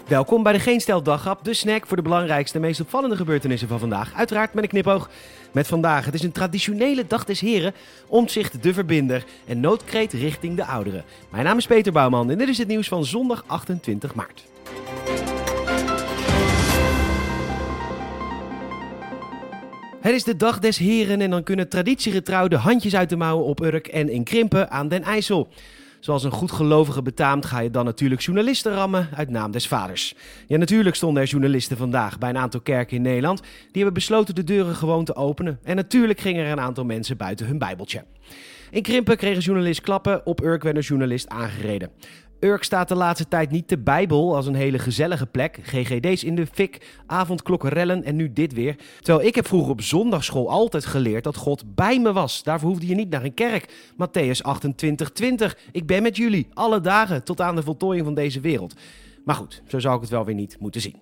Welkom bij de Geen Stijl Daggrap, de snack voor de belangrijkste en meest opvallende gebeurtenissen van vandaag. Uiteraard met een knipoog. Met vandaag, het is een traditionele dag des heren, Omtzigt de verbinder en noodkreet richting de ouderen. Mijn naam is Peter Bouwman en dit is het nieuws van zondag 28 maart. Het is de dag des heren en dan kunnen traditiegetrouw de handjes uit de mouwen op Urk en in Krimpen aan den IJssel. Zoals een goedgelovige betaamt ga je dan natuurlijk journalisten rammen uit naam des vaders. Ja, natuurlijk stonden er journalisten vandaag bij een aantal kerken in Nederland. Die hebben besloten de deuren gewoon te openen. En natuurlijk gingen er een aantal mensen buiten hun bijbeltje. In Krimpen kreeg een journalist klappen, op Urk werd een journalist aangereden. Urk staat de laatste tijd niet te bijbel als een hele gezellige plek. GGD's in de fik, avondklokkenrellen en nu dit weer. Terwijl ik heb vroeger op zondagsschool altijd geleerd dat God bij me was. Daarvoor hoefde je niet naar een kerk. Mattheüs 28:20. Ik ben met jullie, alle dagen, tot aan de voltooiing van deze wereld. Maar goed, zo zou ik het wel weer niet moeten zien.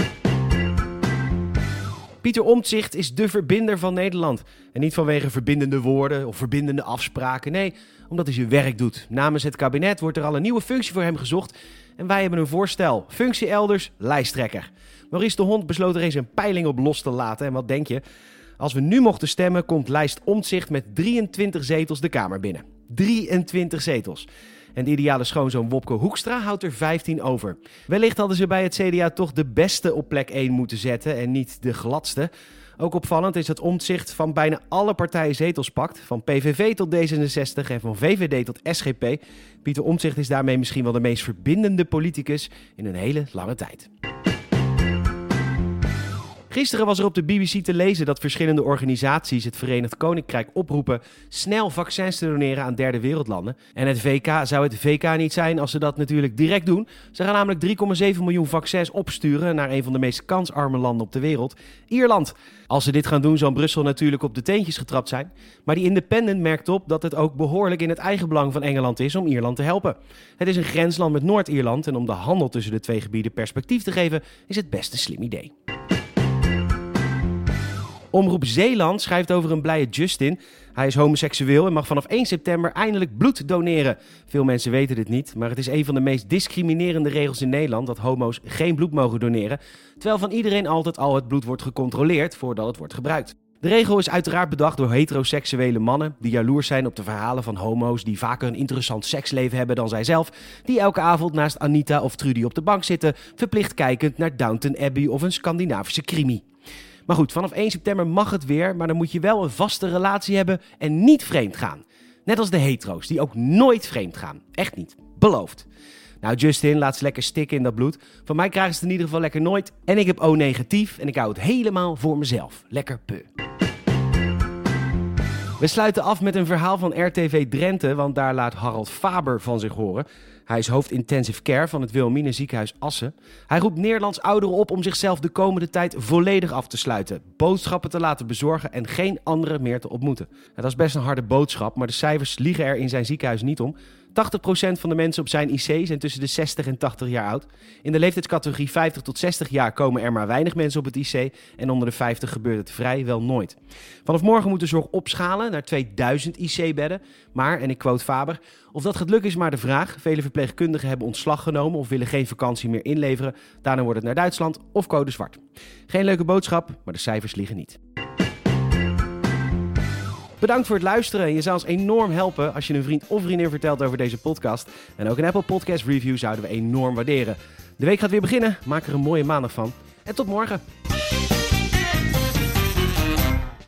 Pieter Omtzigt is de verbinder van Nederland. En niet vanwege verbindende woorden of verbindende afspraken. Nee, omdat hij zijn werk doet. Namens het kabinet wordt er al een nieuwe functie voor hem gezocht. En wij hebben een voorstel. Functie elders, lijsttrekker. Maurice de Hond besloot er eens een peiling op los te laten. En wat denk je? Als we nu mochten stemmen, komt lijst Omtzigt met 23 zetels de Kamer binnen. 23 zetels. En de ideale schoonzoon Wopke Hoekstra houdt er 15 over. Wellicht hadden ze bij het CDA toch de beste op plek 1 moeten zetten en niet de gladste. Ook opvallend is dat Omtzigt van bijna alle partijen zetels pakt. Van PVV tot D66 en van VVD tot SGP. Pieter Omtzigt is daarmee misschien wel de meest verbindende politicus in een hele lange tijd. Gisteren was er op de BBC te lezen dat verschillende organisaties het Verenigd Koninkrijk oproepen snel vaccins te doneren aan derde wereldlanden. En het VK zou het VK niet zijn als ze dat natuurlijk direct doen. Ze gaan namelijk 3,7 miljoen vaccins opsturen naar een van de meest kansarme landen op de wereld, Ierland. Als ze dit gaan doen zal Brussel natuurlijk op de teentjes getrapt zijn. Maar die Independent merkt op dat het ook behoorlijk in het eigen belang van Engeland is om Ierland te helpen. Het is een grensland met Noord-Ierland en om de handel tussen de twee gebieden perspectief te geven is het best een slim idee. Omroep Zeeland schrijft over een blije Justin. Hij is homoseksueel en mag vanaf 1 september eindelijk bloed doneren. Veel mensen weten dit niet, maar het is een van de meest discriminerende regels in Nederland dat homo's geen bloed mogen doneren, terwijl van iedereen altijd al het bloed wordt gecontroleerd voordat het wordt gebruikt. De regel is uiteraard bedacht door heteroseksuele mannen die jaloers zijn op de verhalen van homo's die vaker een interessant seksleven hebben dan zijzelf, die elke avond naast Anita of Trudy op de bank zitten, verplicht kijkend naar Downton Abbey of een Scandinavische crimi. Maar goed, vanaf 1 september mag het weer, maar dan moet je wel een vaste relatie hebben en niet vreemd gaan. Net als de hetero's, die ook nooit vreemd gaan. Echt niet. Beloofd. Nou, Justin, laat ze lekker stikken in dat bloed. Van mij krijgen ze het in ieder geval lekker nooit. En ik heb O-negatief en ik hou het helemaal voor mezelf. Lekker pu. We sluiten af met een verhaal van RTV Drenthe, want daar laat Harold Faber van zich horen. Hij is hoofd intensive care van het Wilhelmina ziekenhuis Assen. Hij roept Nederlands ouderen op om zichzelf de komende tijd volledig af te sluiten. Boodschappen te laten bezorgen en geen anderen meer te ontmoeten. Dat is best een harde boodschap, maar de cijfers liegen er in zijn ziekenhuis niet om. 80% van de mensen op zijn IC zijn tussen de 60 en 80 jaar oud. In de leeftijdscategorie 50 tot 60 jaar komen er maar weinig mensen op het IC en onder de 50 gebeurt het vrijwel nooit. Vanaf morgen moet de zorg opschalen naar 2000 IC-bedden. Maar, en ik quote Faber, of dat gaat lukken is maar de vraag. Vele verpleegkundigen hebben ontslag genomen of willen geen vakantie meer inleveren. Daarna wordt het naar Duitsland of code zwart. Geen leuke boodschap, maar de cijfers liegen niet. Bedankt voor het luisteren. Je zou ons enorm helpen als je een vriend of vriendin vertelt over deze podcast. En ook een Apple Podcast review zouden we enorm waarderen. De week gaat weer beginnen. Maak er een mooie maandag van. En tot morgen.